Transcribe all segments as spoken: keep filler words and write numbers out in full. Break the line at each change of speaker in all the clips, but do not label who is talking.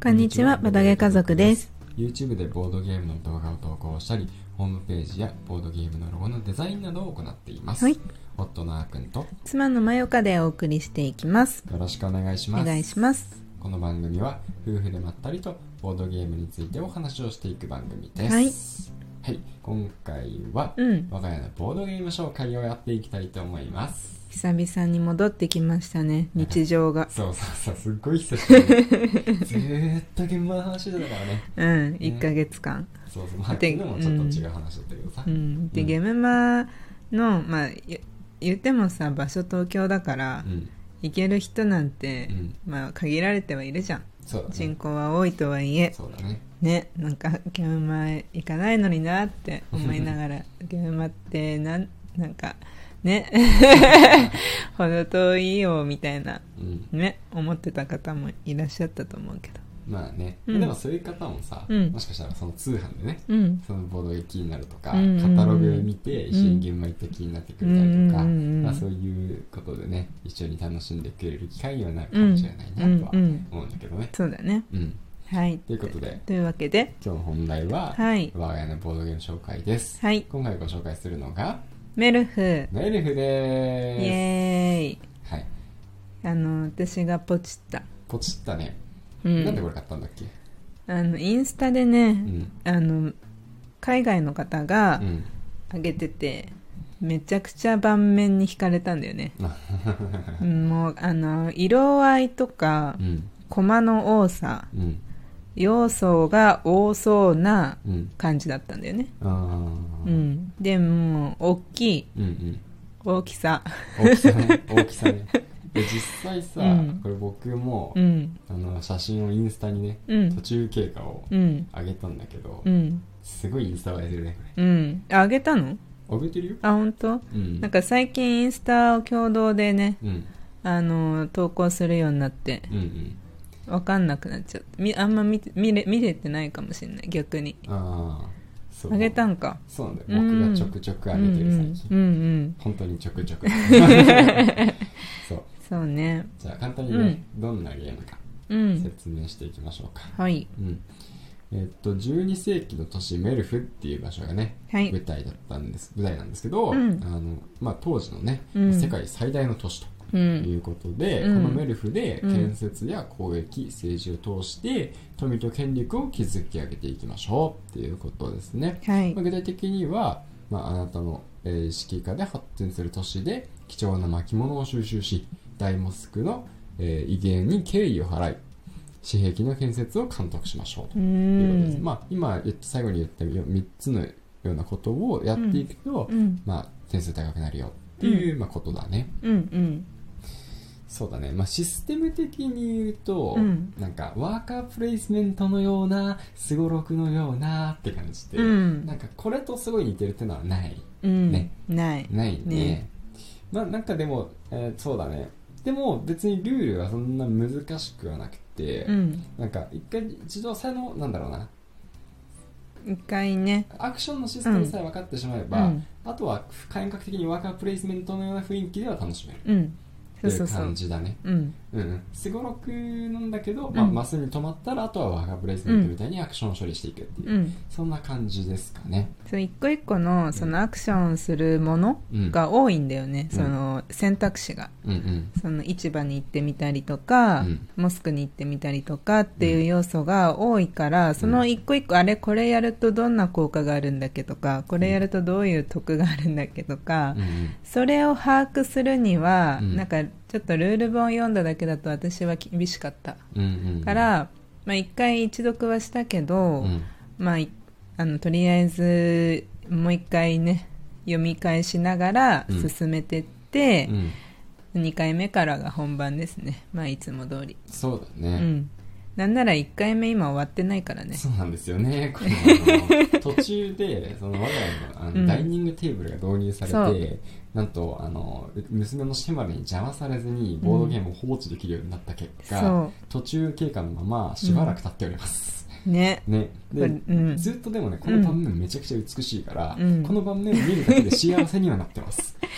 こんにちは、バドゲ家族です。
YouTube でボードゲームの動画を投稿したり、ホームページやボードゲームのロゴのデザインなどを行っています。はい、夫のあーくんと
妻のまよかでお送りしていきます。
よろしくお願いします。
お願いします。
この番組は夫婦でまったりとボードゲームについてお話をしていく番組です。
はい、
はい、今回は、うん、我が家のボードゲーム紹介をやっていきたいと思います。
久々に戻ってきましたね、日常が。
そうそうそう、すっごい久しぶり。ずーっと現場の話だからね。
うん、いっかげつかん。
そうそう、まあ、昨日もちょっと違う話だったけどさ。
うん、で、ゲームマの、まあ、言ってもさ、場所東京だから、うん、行ける人なんて、うん、まあ、限られてはいるじゃん。
そうだね、
人口は多いとはいえ。
そうだね。
ね、なんかゲームマ行かないのになって思いながらゲームマってなん、なんかねほど遠いよみたいな、うん、ね思ってた方もいらっしゃったと思うけど、
まあね、うん、でもそういう方もさ、うん、もしかしたらその通販でね、うん、そのボードが気になるとか、うん、カタログ見て一緒に現場行って気になってくれたりとか、うんまあ、そういうことでね一緒に楽しんでくれる機会にはなるかもしれないなとは思うんだけどね、うんうん、
そうだね、うんはい、
ということで
というわけで
今日の本題は、はい、我が家のボードゲーム紹介です、はい、今回ご紹介するのが
メルフ
メルフでーす。
イエーイ、
はい、
あの私がポチった
ポチったね、うん、なんでこれ買ったんだっけ。
あのインスタでね、うん、あの海外の方が上げてて、うん、めちゃくちゃ盤面に惹かれたんだよねもうあの色合いとか、うん、コマの多さ、うん要素が多そうな感じだったんだよね、うんうん、でも大きい、うんうん、大きさ
大きさね大きさねで実際さ、うん、これ僕も、うん、あの写真をインスタにね、うん、途中経過を上げたんだけど、うん、すごいインスタ映えてるねこれ、うん、
あ上げたの
上げてるよ。
あ本当、うん、なんか最近インスタを共同でね、うん、あの投稿するようになって、うんうん分かんなくなっちゃったあんま 見, 見, れ見れてないかもしれない逆に。あそうあげたんか。
そうなんだよ、僕がちょくちょくあげてる最近、うんうんうん、本当にちょくちょくそう
そうね。じ
ゃあ簡単にね、うん、どんなゲームか説明していきましょうか、
うん、はい、
うんえー、っとじゅうに世紀の都市メルフっていう場所がね、はい、舞台だったんです舞台なんですけど、うん、あのまあ、当時のね、うん、世界最大の都市とということで、うん、このメルフで建設や攻撃、うん、政治を通して富と権力を築き上げていきましょうっていうことですね、はいまあ、具体的には、まあ、あなたの、えー、指揮下で発展する都市で貴重な巻物を収集し大モスクの、えー、威厳に敬意を払い私壁の建設を監督しましょうということです、まあ、今最後に言ったみっつのようなことをやっていくと、うんまあ、点数高くなるよっていう、うんまあ、ことだね、うんうんそうだね、まあ、システム的に言うと、うん、なんかワーカープレイスメントのようなすごろくのようなって感じで、うん、なんかこれとすごい似てるっていうのはない、うん、ね
ない
ないね、ねまあなんかでも、えー、そうだねでも別にルールはそんな難しくはなくて、うん、なんか一回一度さのなんだろうな
一回ね
アクションのシステムさえ分かってしまえば、うん、あとは感覚的にワーカープレイスメントのような雰囲気では楽しめる、うんっていう感じだね。すごろくなんだけど、うんまあ、マスに止まったらあとはワーカープレイスメントみたいにアクション処理していくっていう、うん、そんな感じですかね。
そう一個一個のそのアクションするものが多いんだよね、うん、その選択肢が、うんうん、その市場に行ってみたりとか、うん、モスクに行ってみたりとかっていう要素が多いから、うん、その一個一個あれこれやるとどんな効果があるんだっけとかこれやるとどういう得があるんだっけとか、うん、それを把握するには、うん、なんかちょっとルール本を読んだだけだと私は厳しかった、うんうんうん、から、まあ、一回一読はしたけど、うんまあ、あのとりあえずもう一回ね読み返しながら進めてって、うんうん、にかいめからが本番ですね、まあ、いつも通り。
そうだね、うん
なんならいっかいめ今終わってないからね。
そうなんですよね。この途中でその我が家 の, あの、うん、ダイニングテーブルが導入されてなんとあの娘のシェマルに邪魔されずにボードゲームを放置できるようになった結果、うん、途中経過のまましばらく経っております、うん、ねねで、うん、ずっとでもねこの盤面めちゃくちゃ美しいから、うん、この盤面を見るだけで幸せにはなってます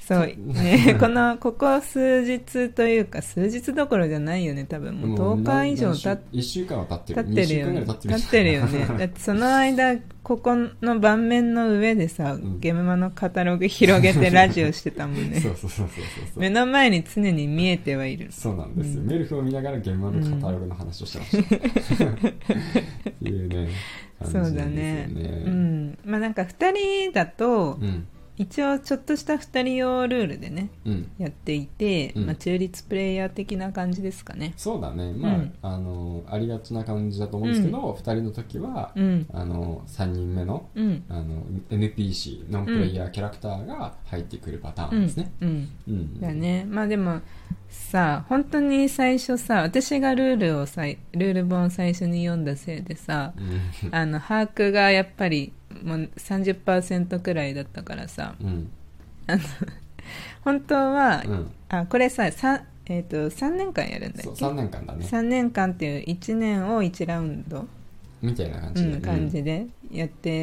そうねこのここ数日というか数日どころじゃないよね多分もうとおか以上経って
いっしゅうかんは経ってる
経ってるよね経ってるよねだってその間ここの盤面の上でさ、うん、ゲームマのカタログ広げてラジオしてたもんね
そうそうそうそうそう
目の前に常に見えてはいる
そうなんですよ、うん、メルフを見ながらゲームマのカタログの話をしてました、うん、っていうね
そうだねうんまあなんかふたりだと、うん一応ちょっとしたふたり用ルールでね、うん、やっていて、うんまあ、中立プレイヤー的な感じですかね。
そうだね、まあうん、あのありがちな感じだと思うんですけど、うん、ふたりの時は、うん、あのさんにんめの、うん、あの エヌピーシー ノンプレイヤーキャラクターが入ってくるパターンですね。
うんうんうん、だね。まあでもさ本当に最初さ私がルールをさルール本を最初に読んだせいでさあの把握がやっぱりもう さんじゅっパーセント くらいだったからさ、うん、あの本当は、うん、あこれさ 3,、えー、とさんねんかんやるんだっけ。
そうさんねんかんだね。
さんねんかんっていういちねんをいちラウンド
みたいな感じで、うん、
感じでやって、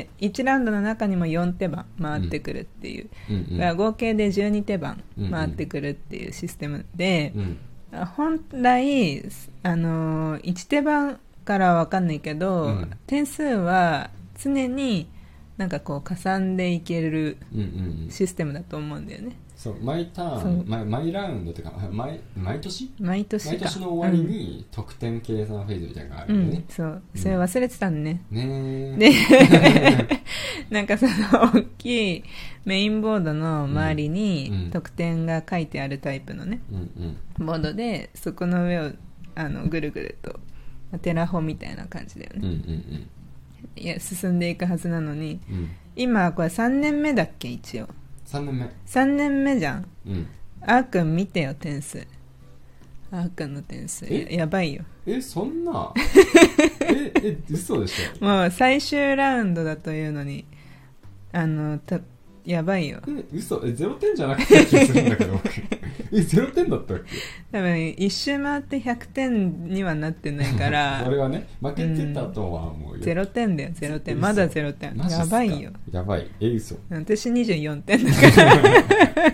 いちラウンドの中にもよんてばん回ってくるっていう、うんうんうん、合計でじゅうにてばん回ってくるっていうシステムで、うんうん、本来、あのいちてばんからは分かんないけど、うん、点数は常になんかこうかさんでいけるシステムだと思うんだよね、うんうんうん、
そう毎ターン毎、毎ラウンドというか 毎, 毎年
毎年か
毎年の終わりに得点計算フェーズみたいなのがあるんでね、
うん、そうそれ忘れてたんね、
うん、ね
でなんかその大きいメインボードの周りに得点が書いてあるタイプのね、うんうん、ボードでそこの上をあのぐるぐるとテラフォみたいな感じだよね、うんうんうんいや進んでいくはずなのに、うん、今これさんねんめだっけ一応
さんねんめ
さんねんめじゃん、うん、あーくん見てよ点数あーくんの点数 や, やばいよ
えそんなええ嘘でしょ
もう最終ラウンドだというのにあのたやばいよ
え嘘えゼロてんじゃなくて気がするんだけどえゼロてんだったっけ。
多分一周回ってひゃくてんにはなってないから
それはね負けてたとは思うよ、うん、
ゼロてんだよゼロてんまだゼロてんやばいよ
やばいえ嘘
私にじゅうよんてんだから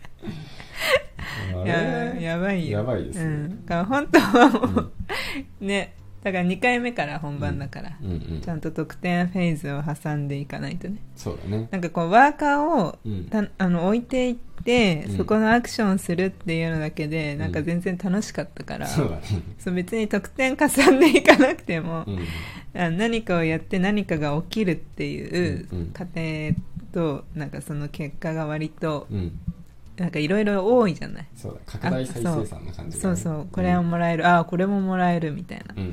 や, やばいよ
やばいですね、うん、
だから本当はもう、うん、ねだからにかいめから本番だから、うんうんうん、ちゃんと得点フェーズを挟んでいかないとね。
そうだね。
なんかこうワーカーを、うん、たあの置いていって、うん、そこのアクションするっていうのだけで、うん、なんか全然楽しかったから、そうだね、そう別に得点加算でいかなくても、うん、あ何かをやって何かが起きるっていう過程と、なんかその結果が割と、うんなんかいろいろ多いじゃない。
そうだ拡大再生産な感じ
が、ね、そうそうこれももらえる、うん、ああこれももらえるみたいな、うんうんうん、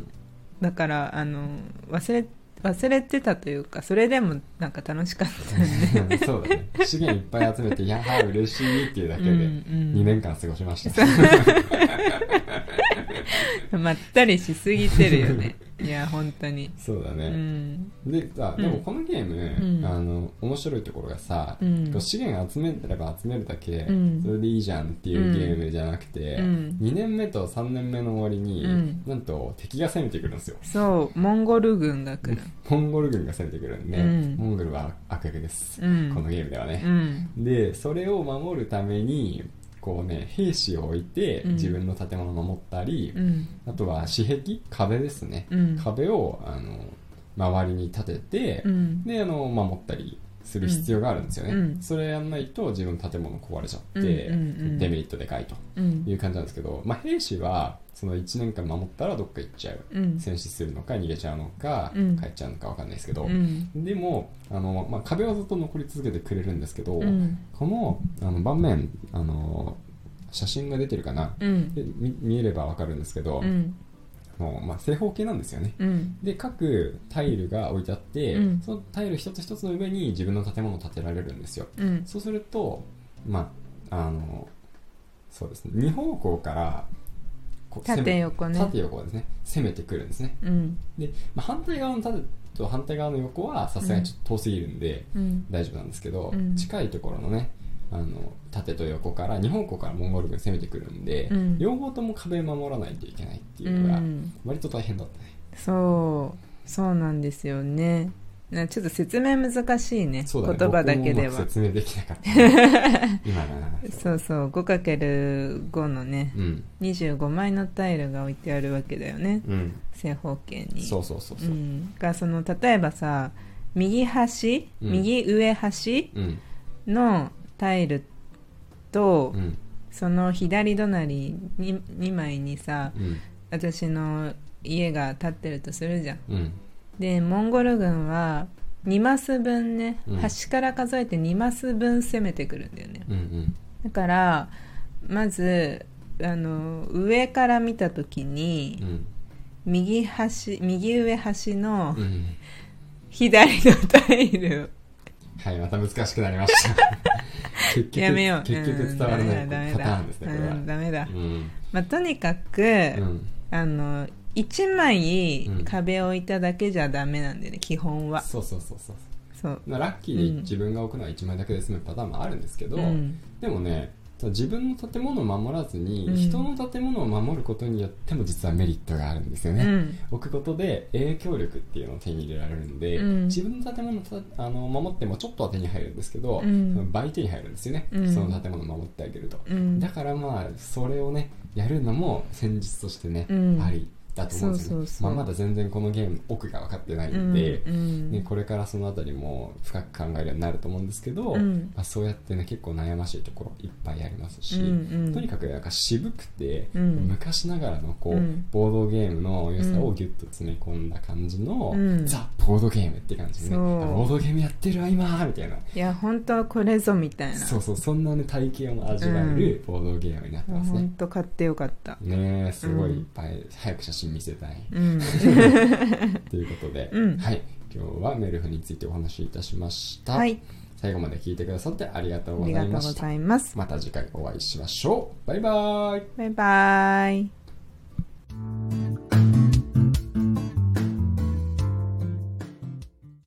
だからあの忘れ忘れてたというかそれでもなんか楽しかったんで
そうだね資源いっぱい集めてやはり嬉しいっていうだけでにねんかん過ごしました、
うんうん、まったりしすぎてるよねいや本当に
そうだね、うん、でさでもこのゲーム、うん、あの面白いところがさ、うん、資源集めれば集めるだけ、うん、それでいいじゃんっていうゲームじゃなくて、うん、にねんめとさんねんめの終わりに、うん、なんと敵が攻めてくるんですよ。
そうモンゴル軍が来る
モンゴル軍が攻めてくるんで、うん、モンゴルは悪役です、うん、このゲームではね、うん、でそれを守るためにこうね、兵士を置いて自分の建物を守ったり、うん、あとは私壁壁ですね、うん、壁をあの周りに立てて、うん、であの守ったりする必要があるんですよね、うん、それやんないと自分の建物壊れちゃって、うんうんうん、デメリットでかいという感じなんですけど、まあ、兵士はそのいちねんかん守ったらどっか行っちゃう、うん、戦死するのか逃げちゃうのか、うん、帰っちゃうのか分かんないですけど、うん、でもあの、まあ、壁はずっと残り続けてくれるんですけど、うん、この、あの盤面あの写真が出てるかな、うん、で 見, 見えれば分かるんですけど、うんもうまあ、正方形なんですよね、うん、で各タイルが置いてあって、うん、そのタイル一つ一つの上に自分の建物を建てられるんですよ、うん、そうすると、まあ、あのそうですねに方向からこう
縦横ね
縦横ですね攻めてくるんですね、うん、で、まあ、反対側の縦と反対側の横はさすがにちょっと遠すぎるんで、うん、大丈夫なんですけど、うん、近いところのねあの縦と横からに方向からモンゴル軍攻めてくるんで、うん、両方とも壁守らないといけないっていうのが割と大変だったね、
うん、そうそうなんですよねちょっと説明難しいね。
そうだね、
言葉だけでは。
僕も説明できなかった、ね、今の話。
そうそう、ごかけるご のね、うん、にじゅうごまいのタイルが置いてあるわけだよね。うん、正方形に。
そうそうそうそう。うん、
がその例えばさ、右端、うん、右上端のタイルと、うん、その左隣 に, にまいにさ、うん、私の家が建ってるとするじゃん。うんでモンゴル軍はにマス分ね、うん、端から数えてにマス分攻めてくるんだよね、うんうん、だからまずあの上から見た時に、うん、右端右上端の、うん、左のタイル
はいまた難しくなりました結局
やめよう
結局伝わらない、うん、パターンですねこれは、
うん、ダメだ、うんまあ、とにかく、うん、あのいちまい壁を置いただけじゃダメなんだよね、うん、基本は。
そうそうそうそうそう、まあ、ラッキーに自分が置くのはいちまいだけで済むパターンもあるんですけど、うん、でもね自分の建物を守らずに、うん、人の建物を守ることによっても実はメリットがあるんですよね、うん、置くことで影響力っていうのを手に入れられるんで、うん、自分の建物をあの守ってもちょっとは手に入るんですけど、うん、その倍手に入るんですよね、うん、その建物を守ってあげると、うん、だからまあそれをねやるのも戦術としてね、うん、ありだと思うんですよね。そうそうそう、まあ、まだ全然このゲーム奥が分かってないんで、うんうんね、これからそのあたりも深く考えるようになると思うんですけど、うんまあ、そうやってね結構悩ましいところいっぱいありますし、うんうん、とにかくなんか渋くて、うん、昔ながらのこう、うん、ボードゲームの良さをギュッと詰め込んだ感じの、うん、ザ・ボードゲームって感じでね、ボードゲームやってるわ今みたいな、い
や本当はこれぞみたいな、
そうそうそんなね体験を味わえるボードゲームになってますね。
本当買ってよかった
ね、すごいいっぱい、うん、早く写真見せたい、うんということで、うん、はい、今日はメルフについてお話しいたしました、はい、最後まで聞いてくださってありがとうございました。
ありがとうございます。
また次回お会いしましょう。バイバイ。
バイバイ。